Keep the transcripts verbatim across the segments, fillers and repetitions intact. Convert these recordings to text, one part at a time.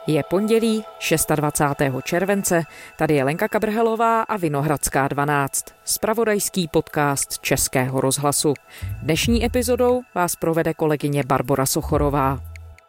Je pondělí dvacátého šestého července, tady je Lenka Kabrhelová a Vinohradská dvanáct, zpravodajský podcast Českého rozhlasu. Dnešní epizodou vás provede kolegyně Barbora Sochorová.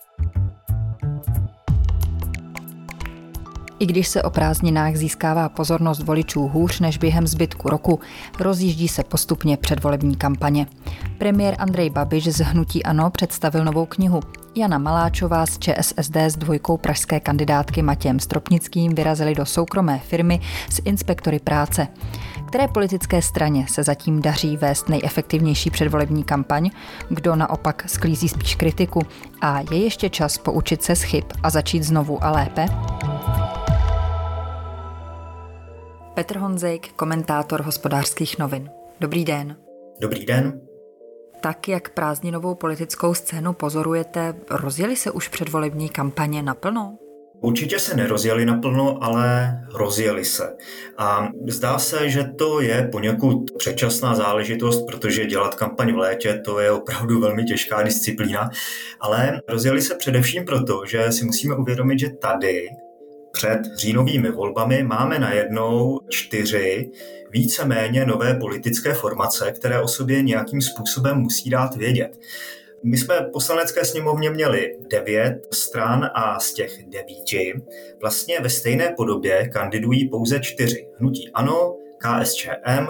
I když se o prázdninách získává pozornost voličů hůř než během zbytku roku, rozjíždí se postupně předvolební kampaně. Premiér Andrej Babiš z hnutí ANO představil novou knihu. Jana Maláčová z ČSSD s dvojkou pražské kandidátky Matějem Stropnickým vyrazili do soukromé firmy s inspektory práce. Které politické straně se zatím daří vést nejefektivnější předvolební kampaň, kdo naopak sklízí spíš kritiku a je ještě čas poučit se z chyb a začít znovu a lépe? Petr Honzejk, komentátor Hospodářských novin. Dobrý den. Dobrý den. Tak, jak prázdninovou politickou scénu pozorujete, rozjeli se už předvolební kampaně naplno? Určitě se nerozjeli naplno, ale rozjeli se. A zdá se, že to je poněkud předčasná záležitost, protože dělat kampaň v létě, to je opravdu velmi těžká disciplína. Ale rozjeli se především proto, že si musíme uvědomit, že tady před říjnovými volbami máme najednou čtyři víceméně nové politické formace, které o sobě nějakým způsobem musí dát vědět. My jsme v poslanecké sněmovně měli devět stran a z těch devíti vlastně ve stejné podobě kandidují pouze čtyři. Hnutí ANO, KSČM,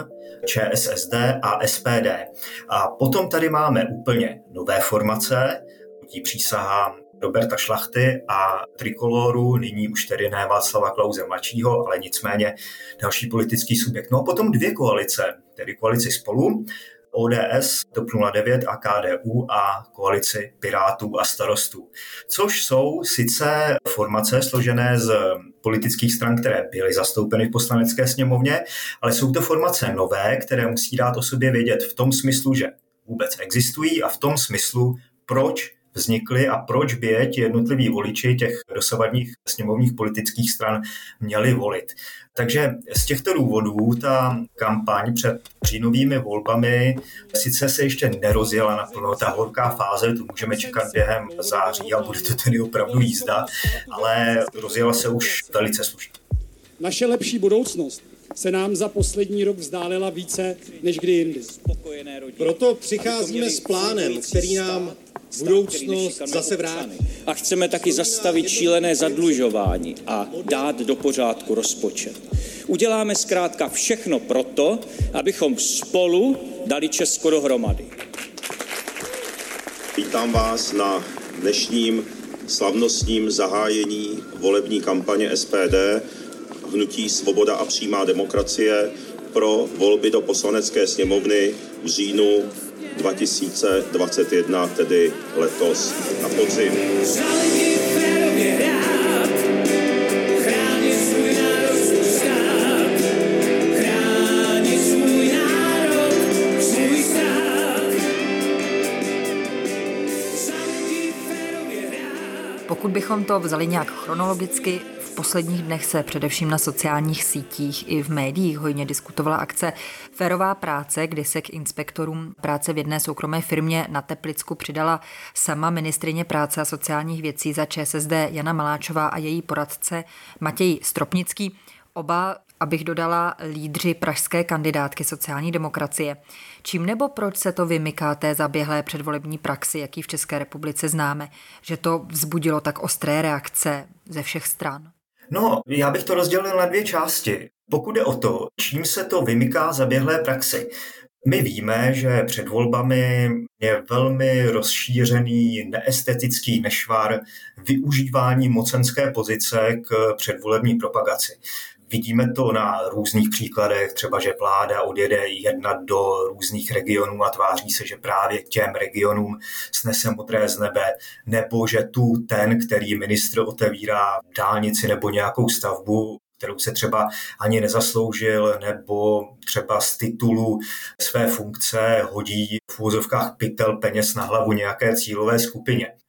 ČSSD a S P D. A potom tady máme úplně nové formace, hnutí Přísaha Roberta Šlachty a Trikoloru, nyní už tedy ne Václava Klause mladšího, ale nicméně další politický subjekt. No a potom dvě koalice, tedy koalici Spolu, O D S, TOP nula devět a K D U a koalici Pirátů a Starostů. Což jsou sice formace složené z politických stran, které byly zastoupeny v poslanecké sněmovně, ale jsou to formace nové, které musí dát o sobě vědět v tom smyslu, že vůbec existují a v tom smyslu, proč vznikly a proč by je ti jednotliví voliči těch dosavadních sněmovních politických stran měli volit. Takže z těchto důvodů ta kampaň před říjnovými volbami sice se ještě nerozjela naplno, ta horká fáze, tu můžeme čekat během září a bude to tedy opravdu jízda, ale rozjela se už velice slušně. Naše lepší budoucnost se nám za poslední rok vzdálila více než kdy jindy. Proto přicházíme s plánem, který nám budoucnost zase vrátí. A chceme taky zastavit šílené zadlužování a dát do pořádku rozpočet. Uděláme zkrátka všechno proto, abychom spolu dali Česko dohromady. Vítám vás na dnešním slavnostním zahájení volební kampaně S P D, hnutí Svoboda a přímá demokracie pro volby do Poslanecké sněmovny v říjnu dva tisíce dvacet jedna, tedy letos na podzim. Pokud bychom to vzali nějak chronologicky, v posledních dnech se především na sociálních sítích i v médiích hojně diskutovala akce Férová práce, kdy se k inspektorům práce v jedné soukromé firmě na Teplicku přidala sama ministryně práce a sociálních věcí za ČSSD Jana Maláčová a její poradce Matěj Stropnický. Oba, abych dodala, lídři pražské kandidátky sociální demokracie. Čím nebo proč se to vymyká té zaběhlé předvolební praxi, jaký v České republice známe, že to vzbudilo tak ostré reakce ze všech stran? No, já bych to rozdělil na dvě části. Pokud jde o to, čím se to vymyká zaběhlé praxi. My víme, že před volbami je velmi rozšířený neestetický nešvar využívání mocenské pozice k předvolební propagaci. Vidíme to na různých příkladech, třeba že vláda odjede jednat do různých regionů a tváří se, že právě těm regionům snese modré z nebe, nebo že tu ten, který ministr otevírá dálnici nebo nějakou stavbu, kterou se třeba ani nezasloužil, nebo třeba z titulu své funkce hodí v úvozovkách pytel peněz na hlavu nějaké cílové skupině.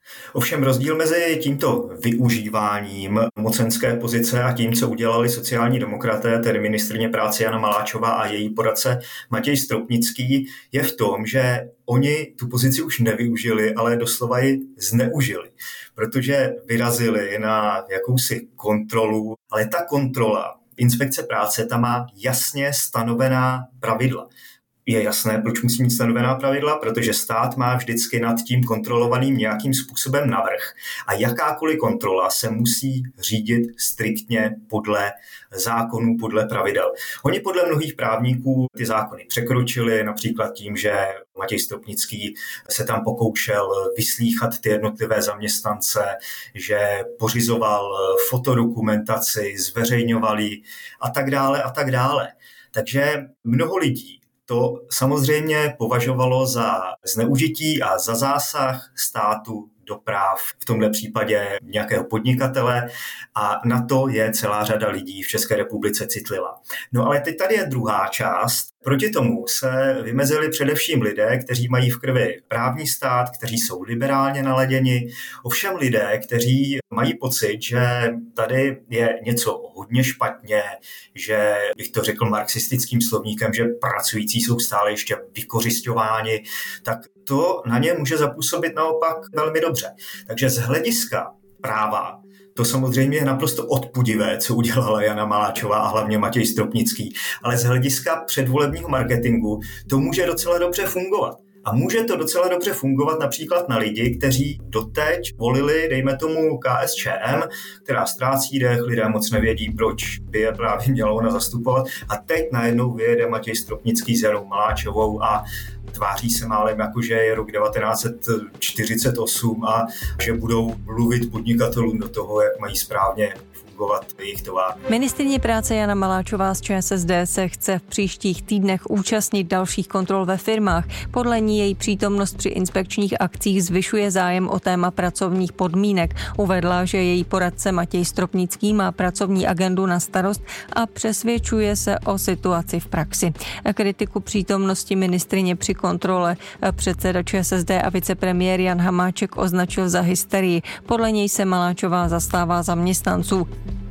Ovšem rozdíl mezi tímto využíváním mocenské pozice a tím, co udělali sociální demokraté, tedy ministryně práce Jana Maláčová a její poradce Matěj Stropnický, je v tom, že oni tu pozici už nevyužili, ale doslova ji zneužili, protože vyrazili na jakousi kontrolu, ale ta kontrola, inspekce práce, ta má jasně stanovená pravidla. Je jasné, proč musí mít stanovená pravidla, protože stát má vždycky nad tím kontrolovaným nějakým způsobem navrch a jakákoliv kontrola se musí řídit striktně podle zákonů, podle pravidel. Oni podle mnohých právníků ty zákony překročili, například tím, že Matěj Stropnický se tam pokoušel vyslýchat ty jednotlivé zaměstnance, že pořizoval fotodokumentaci, zveřejňoval ji a tak dále a tak dále. Takže mnoho lidí to samozřejmě považovalo za zneužití a za zásah státu do práv, v tomhle případě nějakého podnikatele, a na to je celá řada lidí v České republice citlivá. No ale teď tady je druhá část. Proti tomu se vymezili především lidé, kteří mají v krvi právní stát, kteří jsou liberálně naladěni, ovšem lidé, kteří mají pocit, že tady je něco hodně špatně, že bych to řekl marxistickým slovníkem, že pracující jsou stále ještě vykořisťováni, tak to na ně může zapůsobit naopak velmi dobře. Takže z hlediska práva to samozřejmě je naprosto odpudivé, co udělala Jana Maláčová a hlavně Matěj Stropnický, ale z hlediska předvolebního marketingu to může docela dobře fungovat. A může to docela dobře fungovat například na lidi, kteří doteď volili, dejme tomu K S Č M, která ztrácí dech, lidé moc nevědí, proč by je právě měla ona zastupovat. A teď najednou vyjede Matěj Stropnický s Janou Maláčovou a tváří se málem jako, že je rok devatenáct set čtyřicet osm a že budou mluvit podnikatelům do toho, jak mají správně fungovat jejich tovar. Ministryně práce Jana Maláčová z Č S S D se chce v příštích týdnech účastnit dalších kontrol ve firmách. Podle ní její přítomnost při inspekčních akcích zvyšuje zájem o téma pracovních podmínek. Uvedla, že její poradce Matěj Stropnický má pracovní agendu na starost a přesvědčuje se o situaci v praxi. Kritiku přítomnosti ministryně při kontrole předseda Č S S D a vicepremiér Jan Hamáček označil za hysterii. Podle něj se Maláčová zastává zaměstnanců.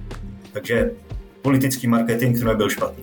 Takže politický marketing to nebyl špatný.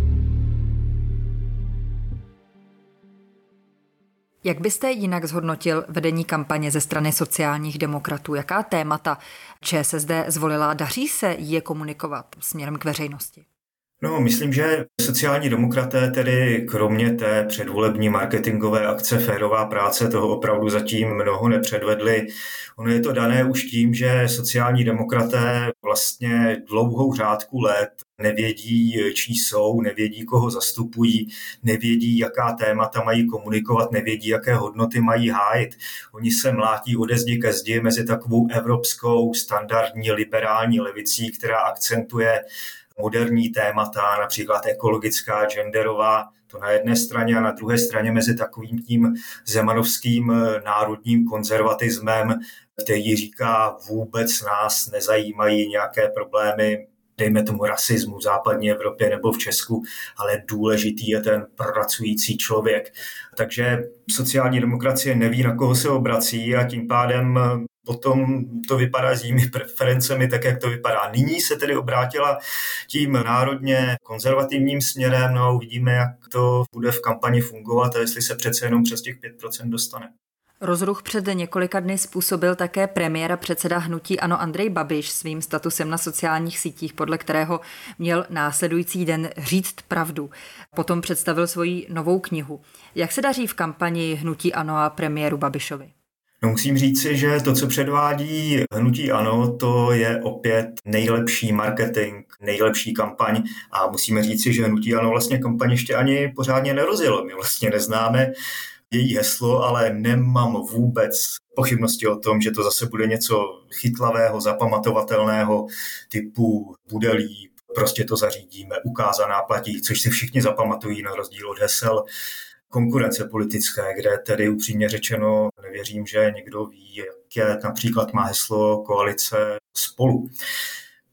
Jak byste jinak zhodnotil vedení kampaně ze strany sociálních demokratů? Jaká témata Č S S D zvolila? Daří se je komunikovat směrem k veřejnosti? No, myslím, že sociální demokraté tedy kromě té předvolební marketingové akce Férová práce toho opravdu zatím mnoho nepředvedli. Ono je to dané už tím, že sociální demokraté vlastně dlouhou řádku let nevědí, čí jsou, nevědí, koho zastupují, nevědí, jaká témata mají komunikovat, nevědí, jaké hodnoty mají hájit. Oni se mlátí ode zdi ke zdi mezi takovou evropskou standardní liberální levicí, která akcentuje moderní témata, například ekologická, genderová, to na jedné straně, a na druhé straně mezi takovým tím zemanovským národním konzervatismem, který říká, vůbec nás nezajímají nějaké problémy, dejme tomu rasismu v západní Evropě nebo v Česku, ale důležitý je ten pracující člověk. Takže sociální demokracie neví, na koho se obrací, a tím pádem potom to vypadá s jejími preferencemi tak, jak to vypadá. Nyní se tedy obrátila tím národně konzervativním směrem, no a uvidíme, jak to bude v kampani fungovat a jestli se přece jenom přes těch pět procent dostane. Rozruch před několika dny způsobil také premiér a předseda hnutí ANO Andrej Babiš svým statusem na sociálních sítích, podle kterého měl následující den říct pravdu. Potom představil svoji novou knihu. Jak se daří v kampani hnutí ANO a premiéru Babišovi? No, musím říci, že to, co předvádí hnutí ANO, to je opět nejlepší marketing, nejlepší kampaň, a musíme říci, že hnutí ANO vlastně kampaň ještě ani pořádně nerozjelo. My vlastně neznáme její heslo, ale nemám vůbec pochybnosti o tom, že to zase bude něco chytlavého, zapamatovatelného typu bude líp, prostě to zařídíme, ukázaná platí, což si všichni zapamatují na rozdíl od hesel konkurence politické, kde tedy upřímně řečeno nevěřím, že někdo ví, jaké například má heslo koalice Spolu.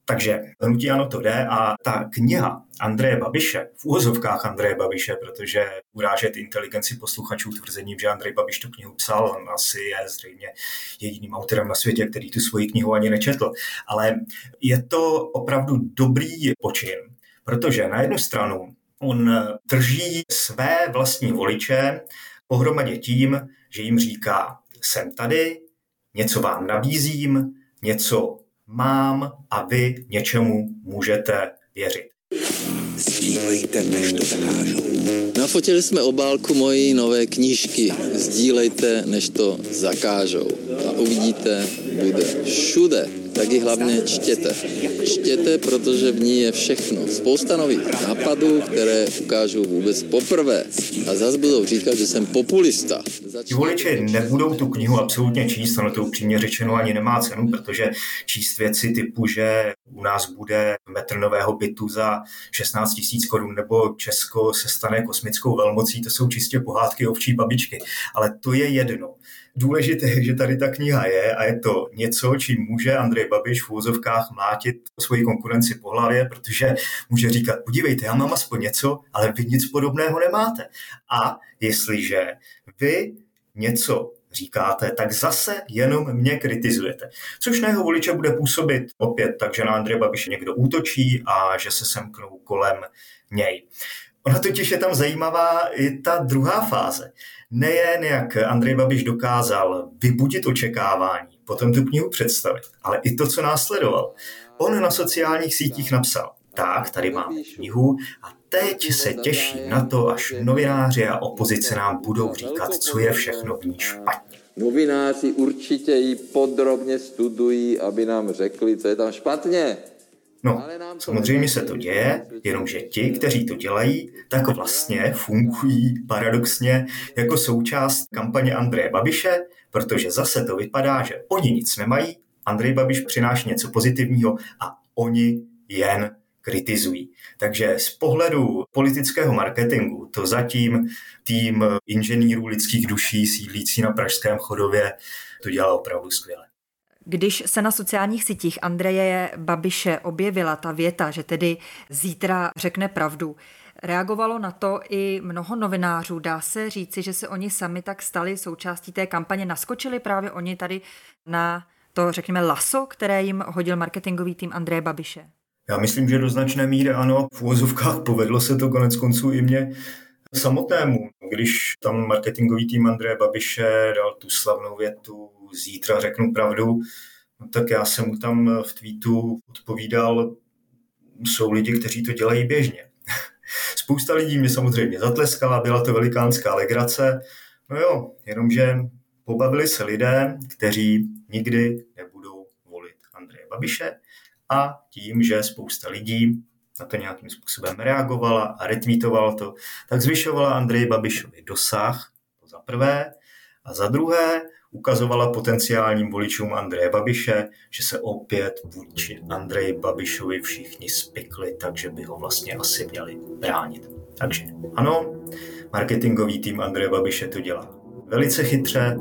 Takže hnutí ANO to jde a ta kniha Andreje Babiše, v úvozovkách Andreje Babiše, protože urážet inteligenci posluchačů tvrzením, že Andrej Babiš tu knihu psal, on asi je zřejmě jediným autorem na světě, který tu svoji knihu ani nečetl. Ale je to opravdu dobrý počin, protože na jednu stranu on drží své vlastní voliče pohromadě tím, že jim říká, jsem tady, něco vám nabízím, něco mám a vy něčemu můžete věřit. Sdílejte, než to zakážou. Nafotili jsme obálku mojí nové knížky. Sdílejte, než to zakážou. A uvidíte, bude všude. Tak ji hlavně čtěte. Čtěte, protože v ní je všechno. Spousta nových nápadů, které ukážu vůbec poprvé. A zase budou říkat, že jsem populista. Ti voliči nebudou tu knihu absolutně číst, ono to upřímně řečeno ani nemá cenu, protože číst věci typu, že u nás bude metr nového bytu za šestnáct tisíc korun nebo Česko se stane kosmickou velmocí, to jsou čistě pohádky ovčí babičky. Ale to je jedno. Důležité je, že tady ta kniha je a je to něco, čím může Andrej Babiš v úvozovkách mlátit svoji konkurenci po hlavě, protože může říkat, podívejte, já mám aspoň něco, ale vy nic podobného nemáte. A jestliže vy něco říkáte, tak zase jenom mě kritizujete. Což na jeho voliče bude působit opět, takže na Andreje Babiše někdo útočí a že se semknou kolem něj. Ona totiž je tam zajímavá i ta druhá fáze. Nejen jak Andrej Babiš dokázal vybudit očekávání, potom tu knihu představit, ale i to, co následovalo. On na sociálních sítích napsal, tak, tady máme knihu a teď se těším na to, až novináři a opozice nám budou říkat, co je všechno v ní špatně. Novináři určitě ji podrobně studují, aby nám řekli, co je tam špatně. No, samozřejmě se to děje, jenomže ti, kteří to dělají, tak vlastně fungují paradoxně jako součást kampaně Andreje Babiše, protože zase to vypadá, že oni nic nemají, Andrej Babiš přináší něco pozitivního a oni jen kritizují. Takže z pohledu politického marketingu to zatím tým inženýrů lidských duší sídlící na pražském Chodově to dělá opravdu skvěle. Když se na sociálních sítích Andreje Babiše objevila ta věta, že tedy zítra řekne pravdu, reagovalo na to i mnoho novinářů. Dá se říci, že se oni sami tak stali součástí té kampaně. Naskočili právě oni tady na to, řekněme, laso, které jim hodil marketingový tým Andreje Babiše? Já myslím, že do značné míry ano. V uvozovkách povedlo se to konec konců i mně samotnému. Když tam marketingový tým Andreje Babiše dal tu slavnou větu zítra řeknu pravdu, no tak já jsem mu tam v tweetu odpovídal, jsou lidi, kteří to dělají běžně. Spousta lidí mě samozřejmě zatleskala, byla to velikánská legrace, no jo, jenomže pobavili se lidé, kteří nikdy nebudou volit Andreje Babiše a tím, že spousta lidí na to nějakým způsobem reagovala a retweetovala to, tak zvyšovala Andreji Babišovi dosah, to za prvé, a za druhé ukazovala potenciálním voličům Andreje Babiše, že se opět vůči Andreji Babišovi všichni spikli, takže by ho vlastně asi měli bránit. Takže ano, marketingový tým Andreje Babiše to dělá velice chytře.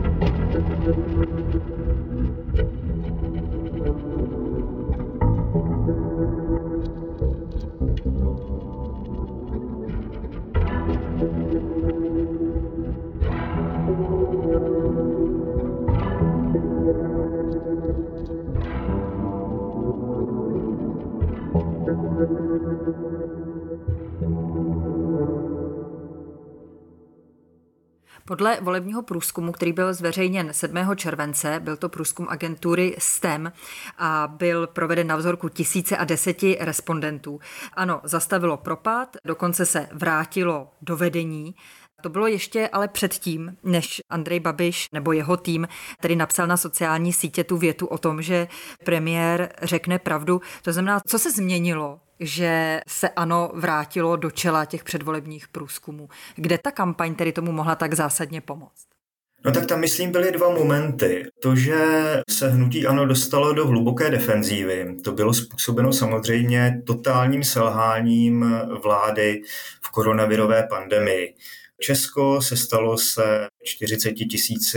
Podle volebního průzkumu, který byl zveřejněn sedmého července, byl to průzkum agentury S T E M a byl proveden na vzorku tisíce a deseti respondentů. Ano, zastavilo propad, dokonce se vrátilo do vedení. To bylo ještě ale předtím, než Andrej Babiš nebo jeho tým tedy napsal na sociální sítě tu větu o tom, že premiér řekne pravdu. To znamená, co se změnilo, že se ANO vrátilo do čela těch předvolebních průzkumů. Kde ta kampaň tedy tomu mohla tak zásadně pomoct? No tak tam, myslím, byly dva momenty. To, že se hnutí ANO dostalo do hluboké defenzívy, to bylo způsobeno samozřejmě totálním selháním vlády v koronavirové pandemii. Česko se stalo se čtyřiceti tisíci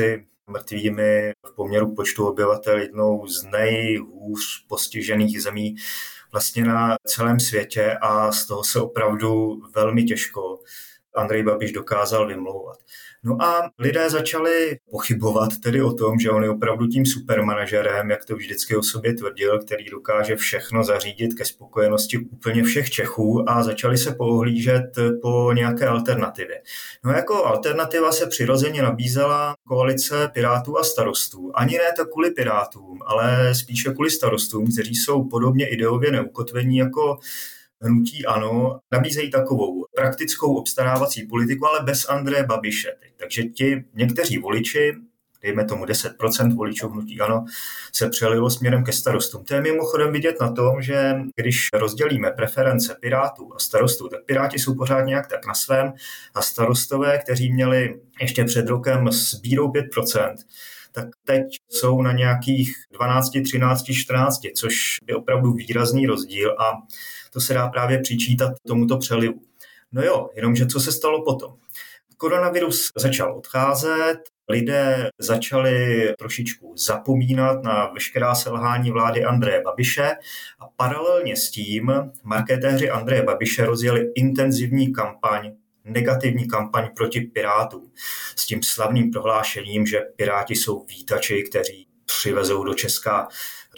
mrtvými v poměru k počtu obyvatel jednou z nejhůř postižených zemí vlastně na celém světě a z toho se opravdu velmi těžko Andrej Babiš dokázal vymlouvat. No a lidé začali pochybovat tedy o tom, že on je opravdu tím supermanažerem, jak to vždycky o sobě tvrdil, který dokáže všechno zařídit ke spokojenosti úplně všech Čechů a začali se poohlížet po nějaké alternativě. No jako alternativa se přirozeně nabízela koalice Pirátů a Starostů. Ani ne tak kvůli Pirátům, ale spíše kvůli Starostům, kteří jsou podobně ideově neukotvení jako hnutí ANO, nabízejí takovou praktickou obstarávací politiku, ale bez Andreje Babiše. Takže ti někteří voliči, dejme tomu deset procent voličů hnutí ANO, se přelilo směrem ke Starostům. To je mimochodem vidět na tom, že když rozdělíme preference Pirátů a Starostů, tak Piráti jsou pořád nějak tak na svém a Starostové, kteří měli ještě před rokem s bídou pět procent, tak teď jsou na nějakých dvanáct, třináct, čtrnáct, což je opravdu výrazný rozdíl a to se dá právě přičítat tomuto přelivu. No jo, jenomže co se stalo potom? Koronavirus začal odcházet, lidé začali trošičku zapomínat na veškerá selhání vlády Andreje Babiše a paralelně s tím marketéři Andreje Babiše rozjeli intenzivní kampaň, negativní kampaň proti Pirátům s tím slavným prohlášením, že Piráti jsou vítači, kteří přivezou do Česka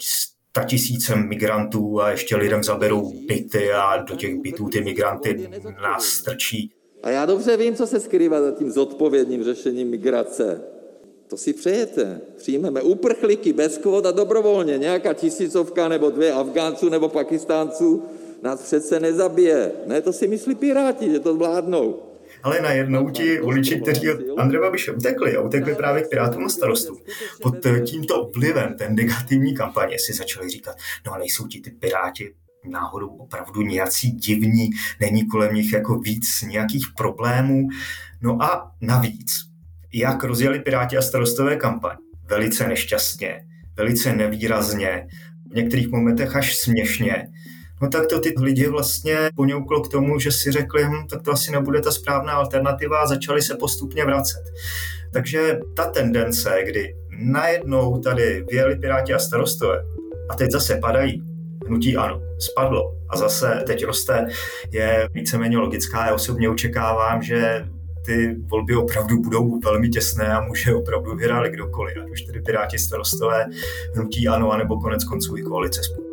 statisíce migrantů a ještě lidem zaberou byty a do těch bytů ty migranty nás strčí. A já dobře vím, co se skrývá za tím zodpovědným řešením migrace. To si přejete. Přijmeme uprchlíky bez kvót a dobrovolně. Nějaká tisícovka nebo dvě Afgánců nebo Pakistánců nás přece nezabije. Ne, to si myslí Piráti, že to zvládnou. Ale najednou ti voliči, kteří od Andreje Babiše utekli a utekli právě k Pirátům a Starostům, pod tímto vlivem té negativní kampaně si začali říkat, no ale jsou ti ty Piráti náhodou opravdu nějací divní, není kolem nich jako víc nějakých problémů. No a navíc, jak rozjeli Piráti a Starostové kampaň? Velice nešťastně, velice nevýrazně, v některých momentech až směšně. No tak to ty lidi vlastně poňouklo k tomu, že si řekli, hm, tak to asi nebude ta správná alternativa a začali se postupně vracet. Takže ta tendence, kdy najednou tady vyjeli Piráti a Starostové a teď zase padají, hnutí ANO spadlo a zase teď roste, je víceméně logická. Já osobně očekávám, že ty volby opravdu budou velmi těsné a může opravdu vyhrát kdokoliv, ať už tedy Piráti, Starostové, hnutí ANO, anebo konec konců i koalice Spolu.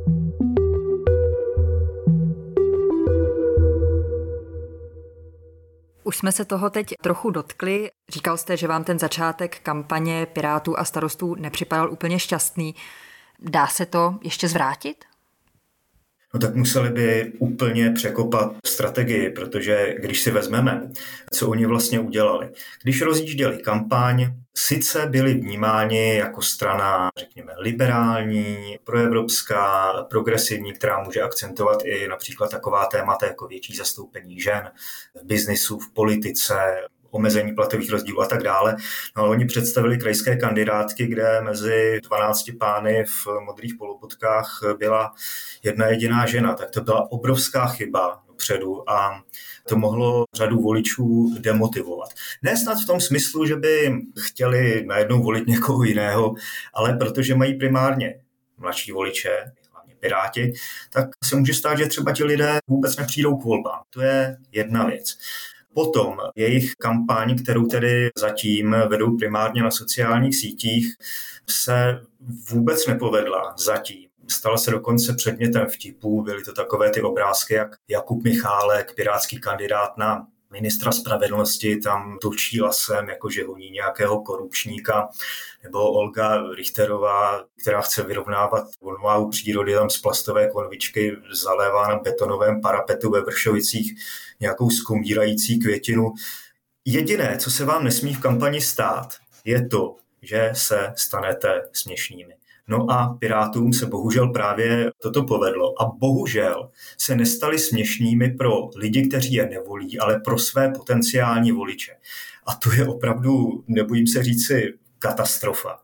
Už jsme se toho teď trochu dotkli. Říkal jste, že vám ten začátek kampaně Pirátů a Starostů nepřipadal úplně šťastný. Dá se to ještě zvrátit? No tak museli by úplně překopat strategii, protože když si vezmeme, co oni vlastně udělali. Když rozjížděli kampaň, sice byli vnímáni jako strana, řekněme, liberální, proevropská, progresivní, která může akcentovat i například taková témata jako větší zastoupení žen v biznisu, v politice, omezení platových rozdílů a tak dále. No ale oni představili krajské kandidátky, kde mezi dvanácti pány v modrých polobotkách byla jedna jediná žena. Tak to byla obrovská chyba dopředu a to mohlo řadu voličů demotivovat. Ne snad v tom smyslu, že by chtěli najednou volit někoho jiného, ale protože mají primárně mladší voliče, hlavně Piráti, tak se může stát, že třeba ti lidé vůbec nepřijdou k volbám. To je jedna věc. Potom jejich kampaň, kterou tedy zatím vedou primárně na sociálních sítích, se vůbec nepovedla zatím. Stala se dokonce předmětem vtipů, byly to takové ty obrázky, jak Jakub Michálek, pirátský kandidát na ministra spravedlnosti, tam točí lasem, jakože honí nějakého korupčníka, nebo Olga Richterová, která chce vyrovnávat rovnováhu přírody, tam z plastové konvičky zalévá na betonovém parapetu ve Vršovicích nějakou skomírající květinu. Jediné, co se vám nesmí v kampani stát, je to, že se stanete směšnými. No a Pirátům se bohužel právě toto povedlo a bohužel se nestali směšnými pro lidi, kteří je nevolí, ale pro své potenciální voliče. A to je opravdu, nebojím se říci, katastrofa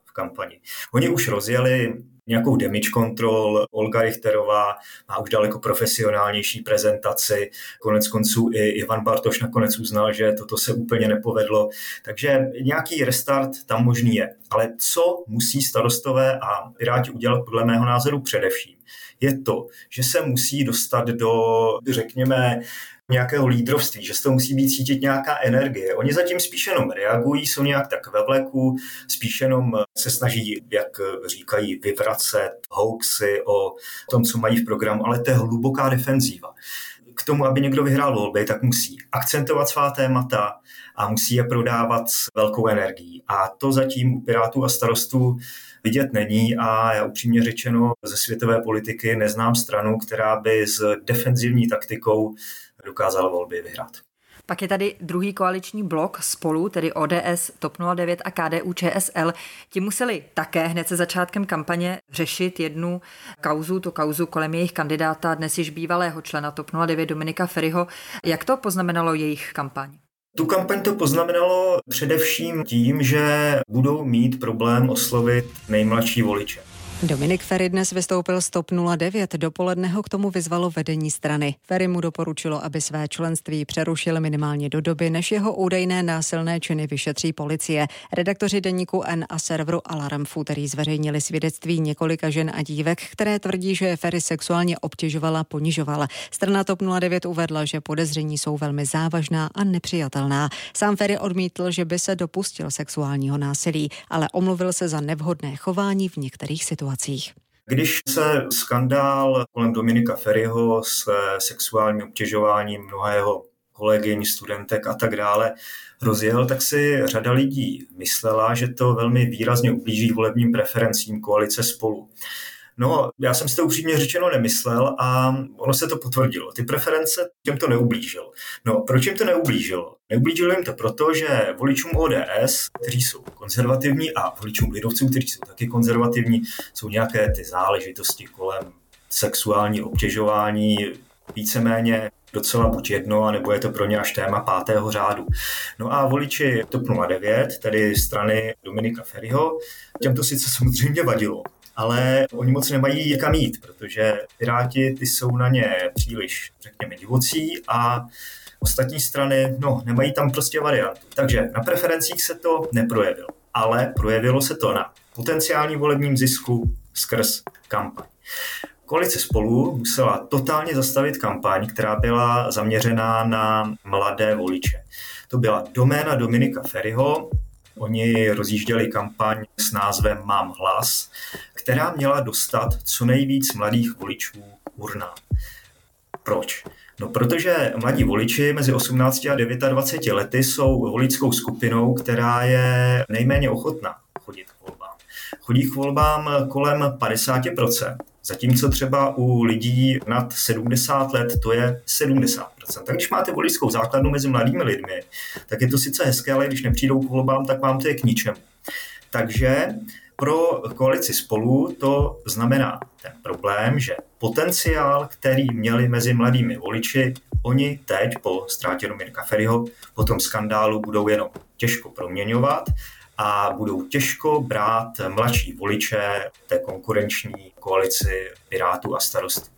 v kampani. Oni už rozjeli nějakou damage control, Olga Richterová má už daleko profesionálnější prezentaci, konec konců i Ivan Bartoš nakonec uznal, že toto se úplně nepovedlo, takže nějaký restart tam možný je. Ale co musí starostové a Piráti udělat podle mého názoru především, je to, že se musí dostat do, řekněme, nějakého lídrovství, že z toho musí být cítit nějaká energie. Oni zatím spíš jenom reagují, jsou nějak tak ve vleku, spíš jenom se snaží, jak říkají, vyvracet hoaxy o tom, co mají v programu, ale to je hluboká defenzíva. K tomu, aby někdo vyhrál volby, tak musí akcentovat svá témata a musí je prodávat s velkou energií. A to zatím u Pirátů a Starostů vidět není a já upřímně řečeno ze světové politiky neznám stranu, která by s defenzivní taktikou dokázala volby vyhrát. Pak je tady druhý koaliční blok Spolu, tedy O D S, TOP nula devět a K D U Č S L. Ti museli také hned se začátkem kampaně řešit jednu kauzu, tu kauzu kolem jejich kandidáta, dnes již bývalého člena TOP nula devět Dominika Feriho. Jak to poznamenalo jejich kampaň? Tu kampaň to poznamenalo především tím, že budou mít problém oslovit nejmladší voliče. Dominik Feri dnes vystoupil z TOP nula devět, dopoledne ho k tomu vyzvalo vedení strany. Feri mu doporučilo, aby své členství přerušil minimálně do doby, než jeho údajné násilné činy vyšetří policie. Redaktoři deníku N a serveru Alarm v úterý zveřejnili svědectví několika žen a dívek, které tvrdí, že Feri sexuálně obtěžovala, ponižovala. Strana TOP nula devět uvedla, že podezření jsou velmi závažná a nepřijatelná. Sám Feri odmítl, že by se dopustil sexuálního násilí, ale omluvil se za nevhodné chování v některých situacích. Když se skandál kolem Dominika Feriho s sexuálním obtěžováním mnohého kolegyň, studentek a tak dále rozjel, tak si řada lidí myslela, že to velmi výrazně ublíží volebním preferencím koalice Spolu. No, já jsem si to upřímně řečeno nemyslel a ono se to potvrdilo. Ty preference těm to neublížilo. No, proč jim to neublížilo? Neublížilo jim to proto, že voličům O D S, kteří jsou konzervativní, a voličům lidovců, kteří jsou taky konzervativní, jsou nějaké ty záležitosti kolem sexuální obtěžování víceméně docela buď jedno, anebo je to pro ně až téma pátého řádu. No a voliči TOP nula devět, tedy strany Dominika Feriho, těm to sice samozřejmě vadilo, ale oni moc nemají kam jít, protože Piráti ty jsou na ně příliš, řekněme, divocí a ostatní strany, no, nemají tam prostě variantu. Takže na preferencích se to neprojevilo, ale projevilo se to na potenciální volebním zisku skrz kampaň. Koalice Spolu musela totálně zastavit kampaň, která byla zaměřená na mladé voliče. To byla doména Dominika Feriho. Oni rozjížděli kampaň s názvem Mám hlas, která měla dostat co nejvíc mladých voličů k urnám. Proč? No, protože mladí voliči mezi osmnácti a dvaceti devíti lety jsou voličskou skupinou, která je nejméně ochotná chodit k volbám. Chodí k volbám kolem padesát procent, zatímco třeba u lidí nad sedmdesát let to je sedmdesát procent. Tak když máte voličskou základnu mezi mladými lidmi, tak je to sice hezké, ale když nepřijdou k volbám, tak vám to je k ničemu. Takže pro koalici Spolu to znamená ten problém, že potenciál, který měli mezi mladými voliči, oni teď po ztrátě Dominika Feriho, po tom skandálu budou jenom těžko proměňovat a budou těžko brát mladší voliče té konkurenční koalici Pirátů a Starostů.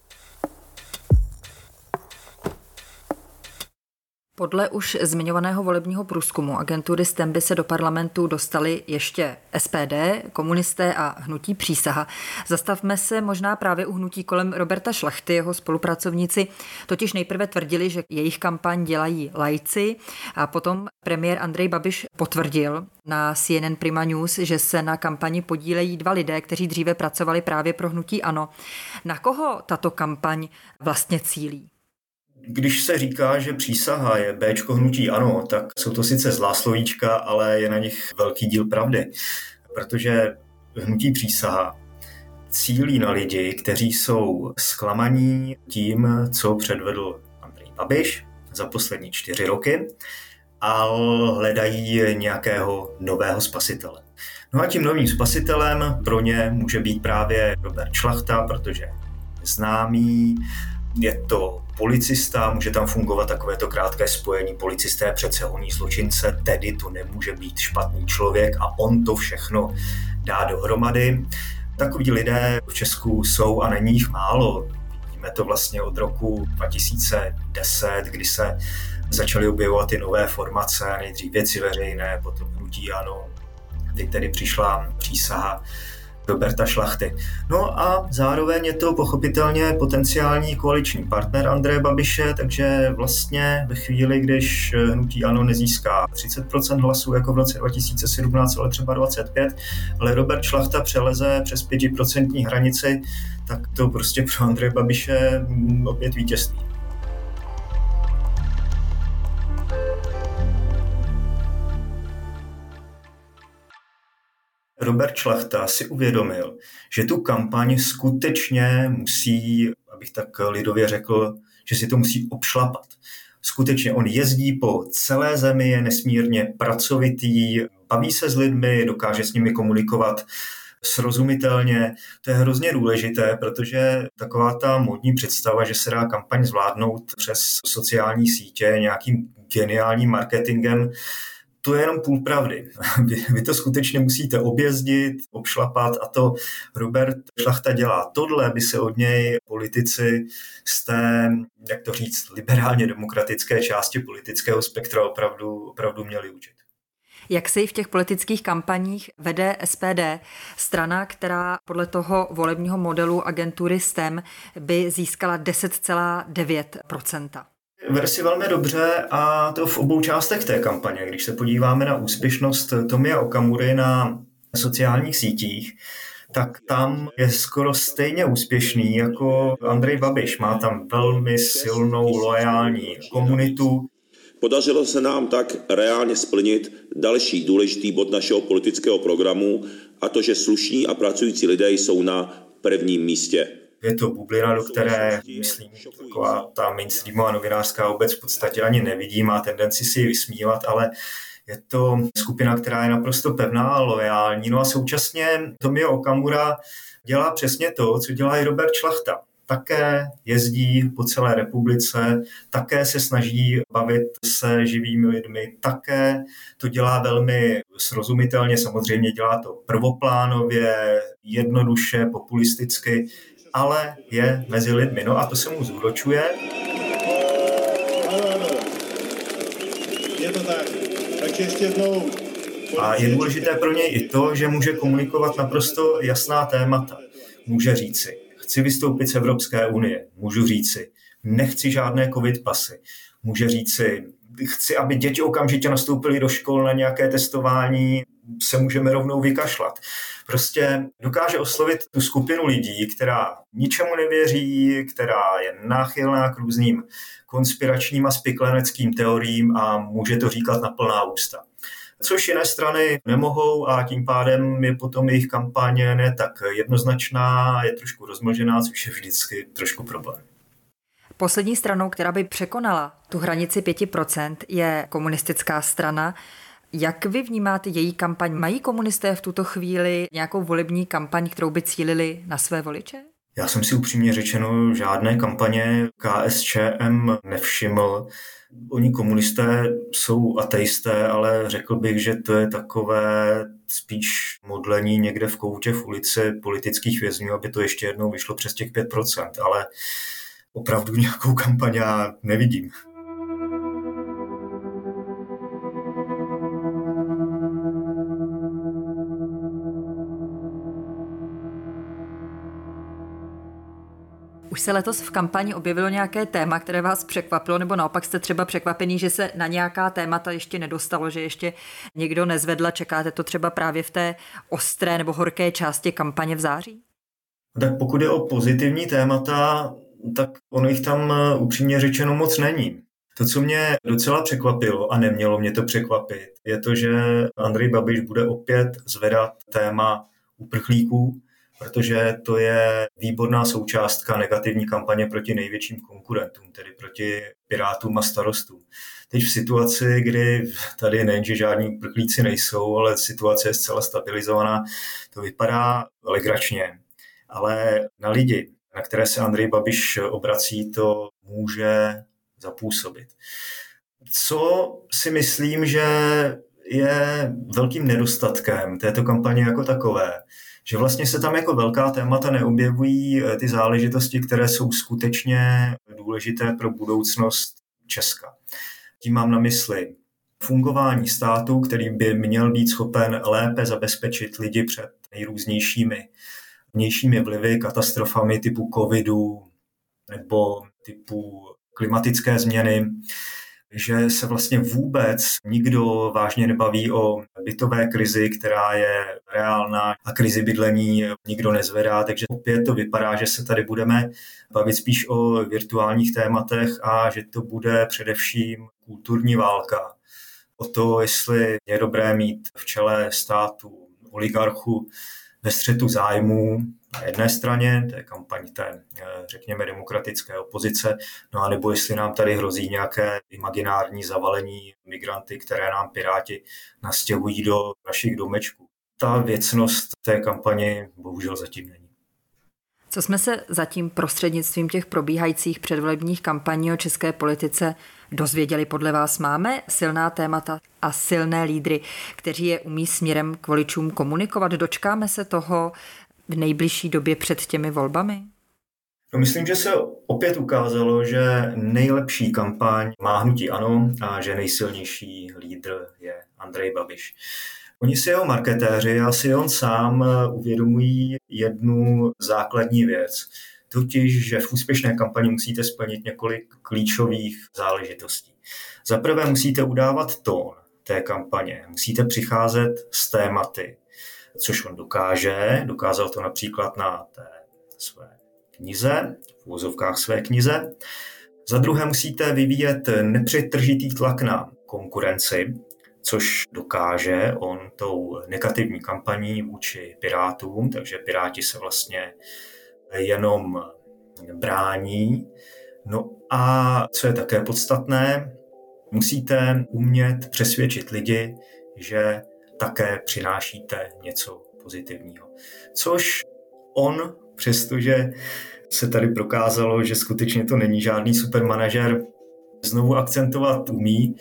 Podle už zmiňovaného volebního průzkumu agentury STEM by se do parlamentu dostali ještě S P D, komunisté a hnutí Přísaha. Zastavme se možná právě u hnutí kolem Roberta Šlachty, jeho spolupracovníci totiž nejprve tvrdili, že jejich kampaň dělají laici a potom premiér Andrej Babiš potvrdil na C N N Prima News, že se na kampani podílejí dva lidé, kteří dříve pracovali právě pro hnutí ANO. Na koho tato kampaň vlastně cílí? Když se říká, že Přísaha je béčko hnutí ANO, tak jsou to sice zlá slovíčka, ale je na nich velký díl pravdy. Protože hnutí Přísaha cílí na lidi, kteří jsou zklamaní tím, co předvedl Andrej Babiš za poslední čtyři roky a hledají nějakého nového spasitele. No a tím novým spasitelem pro ně může být právě Robert Šlachta, protože je známý, je to policista, může tam fungovat takovéto krátké spojení, policisté přece honí zločince, tedy to nemůže být špatný člověk a on to všechno dát dohromady. Takoví lidé v Česku jsou a není jich málo. Vidíme to vlastně od roku dva tisíce deset, kdy se začaly objevovat ty nové formace, nejdřív Věci veřejné, potom hnutí ANO, teď tedy přišla přísaha Roberta Šlachty. No a zároveň je to pochopitelně potenciální koaliční partner Andreje Babiše, takže vlastně ve chvíli, když hnutí ANO nezíská třicet procent hlasů jako v roce dva tisíce sedmnáct, ale třeba dvacet pět, ale Robert Šlachta přeleze přes pětiprocentní hranici, tak to prostě pro Andreje Babiše opět vítězství. Robert Šlachta si uvědomil, že tu kampaň skutečně musí, abych tak lidově řekl, že si to musí obšlapat. Skutečně on jezdí po celé zemi, je nesmírně pracovitý, baví se s lidmi, dokáže s nimi komunikovat srozumitelně. To je hrozně důležité, protože taková ta módní představa, že se dá kampaň zvládnout přes sociální sítě nějakým geniálním marketingem, to je jenom půl pravdy. Vy, vy to skutečně musíte objezdit, obšlapat a to Robert Šlachta dělá. Tohle by se od něj politici z té, jak to říct, liberálně demokratické části politického spektra opravdu, opravdu měli učit. Jak se i v těch politických kampaních vede S P D, strana, která podle toho volebního modelu agentury S T E M by získala deset celá devět procenta? Vede si velmi dobře a to v obou částech té kampaně. Když se podíváme na úspěšnost Tomia Okamury na sociálních sítích, tak tam je skoro stejně úspěšný jako Andrej Babiš. Má tam velmi silnou loajální komunitu. Podařilo se nám tak reálně splnit další důležitý bod našeho politického programu, a to, že slušní a pracující lidé jsou na prvním místě. Je to bublina, do které, myslím, taková ta mainstreamová novinářská obec v podstatě ani nevidí, má tendenci si ji vysmívat, ale je to skupina, která je naprosto pevná a loajální. No a současně Tomio Okamura dělá přesně to, co dělá i Robert Šlachta. Také jezdí po celé republice, také se snaží bavit se živými lidmi, také to dělá velmi srozumitelně, samozřejmě dělá to prvoplánově, jednoduše, populisticky, ale je mezi lidmi. No a to se mu zúročuje. Je to tak. Takže ještě jednou. A je důležité pro něj i to, že může komunikovat naprosto jasná témata. Může říci, chci vystoupit z Evropské unie. Můžu říci, nechci žádné covid pasy. Může říci, chci, aby děti okamžitě nastoupily do škol na nějaké testování, se můžeme rovnou vykašlat. Prostě dokáže oslovit tu skupinu lidí, která ničemu nevěří, která je náchylná k různým konspiračním a spikleneckým teoriím a může to říkat na plná ústa. Což jiné strany nemohou a tím pádem je potom jejich kampaně ne tak jednoznačná, je trošku rozmlžená, což je vždycky trošku problém. Poslední stranou, která by překonala tu hranici pět procent, je komunistická strana. Jak vy vnímáte její kampaň? Mají komunisté v tuto chvíli nějakou volební kampaň, kterou by cílili na své voliče? Já jsem si upřímně řečeno žádné kampaně K S Č M nevšiml. Oni komunisté jsou ateisté, ale řekl bych, že to je takové spíš modlení někde v koutě v ulici politických vězňů, aby to ještě jednou vyšlo přes těch pět procent, ale opravdu nějakou kampaň já nevidím. Už se letos v kampani objevilo nějaké téma, které vás překvapilo, nebo naopak jste třeba překvapený, že se na nějaká témata ještě nedostalo, že ještě někdo nezvedla, čekáte to třeba právě v té ostré nebo horké části kampaně v září? Tak pokud je o pozitivní témata, tak ono jich tam upřímně řečeno moc není. To, co mě docela překvapilo a nemělo mě to překvapit, je to, že Andrej Babiš bude opět zvedat téma uprchlíků, protože to je výborná součástka negativní kampaně proti největším konkurentům, tedy proti Pirátům a Starostům. Teď v situaci, kdy tady nejenže žádní uprchlíci nejsou, ale situace je zcela stabilizovaná, to vypadá legračně. Ale na lidi, na které se Andrej Babiš obrací, to může zapůsobit. Co si myslím, že je velkým nedostatkem této kampaně jako takové, že vlastně se tam jako velká témata neobjevují ty záležitosti, které jsou skutečně důležité pro budoucnost Česka. Tím mám na mysli fungování státu, který by měl být schopen lépe zabezpečit lidi před nejrůznějšími vnějšími vlivy, katastrofami typu covidu nebo typu klimatické změny, že se vlastně vůbec nikdo vážně nebaví o bytové krizi, která je reálná a krizi bydlení nikdo nezvedá, takže opět to vypadá, že se tady budeme bavit spíš o virtuálních tématech a že to bude především kulturní válka. O to, jestli je dobré mít v čele státu oligarchu ve střetu zájmů na jedné straně, to je kampaň té, řekněme, demokratické opozice, no a nebo jestli nám tady hrozí nějaké imaginární zavalení migranty, které nám Piráti nastěhují do našich domečků. Ta věcnost té kampani bohužel zatím není. Co jsme se zatím prostřednictvím těch probíhajících předvolebních kampaní o české politice dozvěděli podle vás? Máme silná témata a silné lídry, kteří je umí směrem k voličům komunikovat? Dočkáme se toho v nejbližší době před těmi volbami? No, myslím, že se opět ukázalo, že nejlepší kampaň má hnutí ANO a že nejsilnější lídr je Andrej Babiš. Oni si jeho marketéři a si on sám uvědomují jednu základní věc, totiž, že v úspěšné kampani musíte splnit několik klíčových záležitostí. Za prvé musíte udávat tón té kampaně, musíte přicházet s tématy, což on dokáže, dokázal to například na té své knize, v uvozovkách své knize. Za druhé musíte vyvíjet nepřetržitý tlak na konkurenci, což dokáže on tou negativní kampaní vůči Pirátům, takže Piráti se vlastně jenom brání. No a co je také podstatné, musíte umět přesvědčit lidi, že také přinášíte něco pozitivního. Což on, přestože se tady prokázalo, že skutečně to není žádný supermanažer, znovu akcentovat umí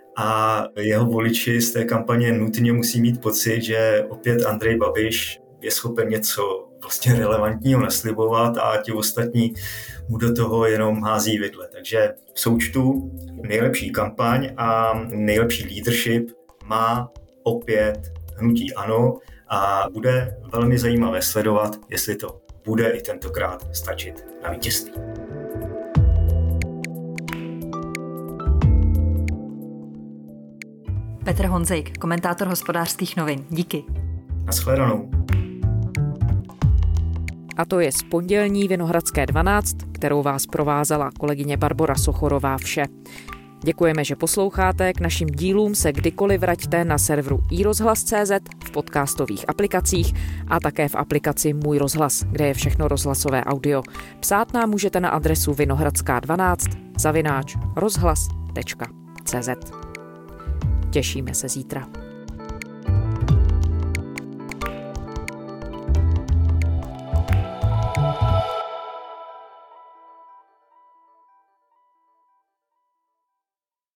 a jeho voliči z té kampaně nutně musí mít pocit, že opět Andrej Babiš je schopen něco vlastně relevantního naslibovat a ti ostatní mu do toho jenom hází vidle. Takže v součtu nejlepší kampaň a nejlepší leadership má opět hnutí ANO a bude velmi zajímavé sledovat, jestli to bude i tentokrát stačit na vítězství. Petr Honzejk, komentátor Hospodářských novin. Díky. Nashledanou. A to je z pondělní Vinohradské dvanáct, kterou vás provázela kolegyně Barbora Sochorová vše. Děkujeme, že posloucháte. K našim dílům se kdykoliv vraťte na serveru i rozhlas tečka cé zet, v podcastových aplikacích a také v aplikaci Můj rozhlas, kde je všechno rozhlasové audio. Psát nám můžete na adresu vinohradská dvanáct zavináč rozhlas tečka cé zet. Těšíme se zítra.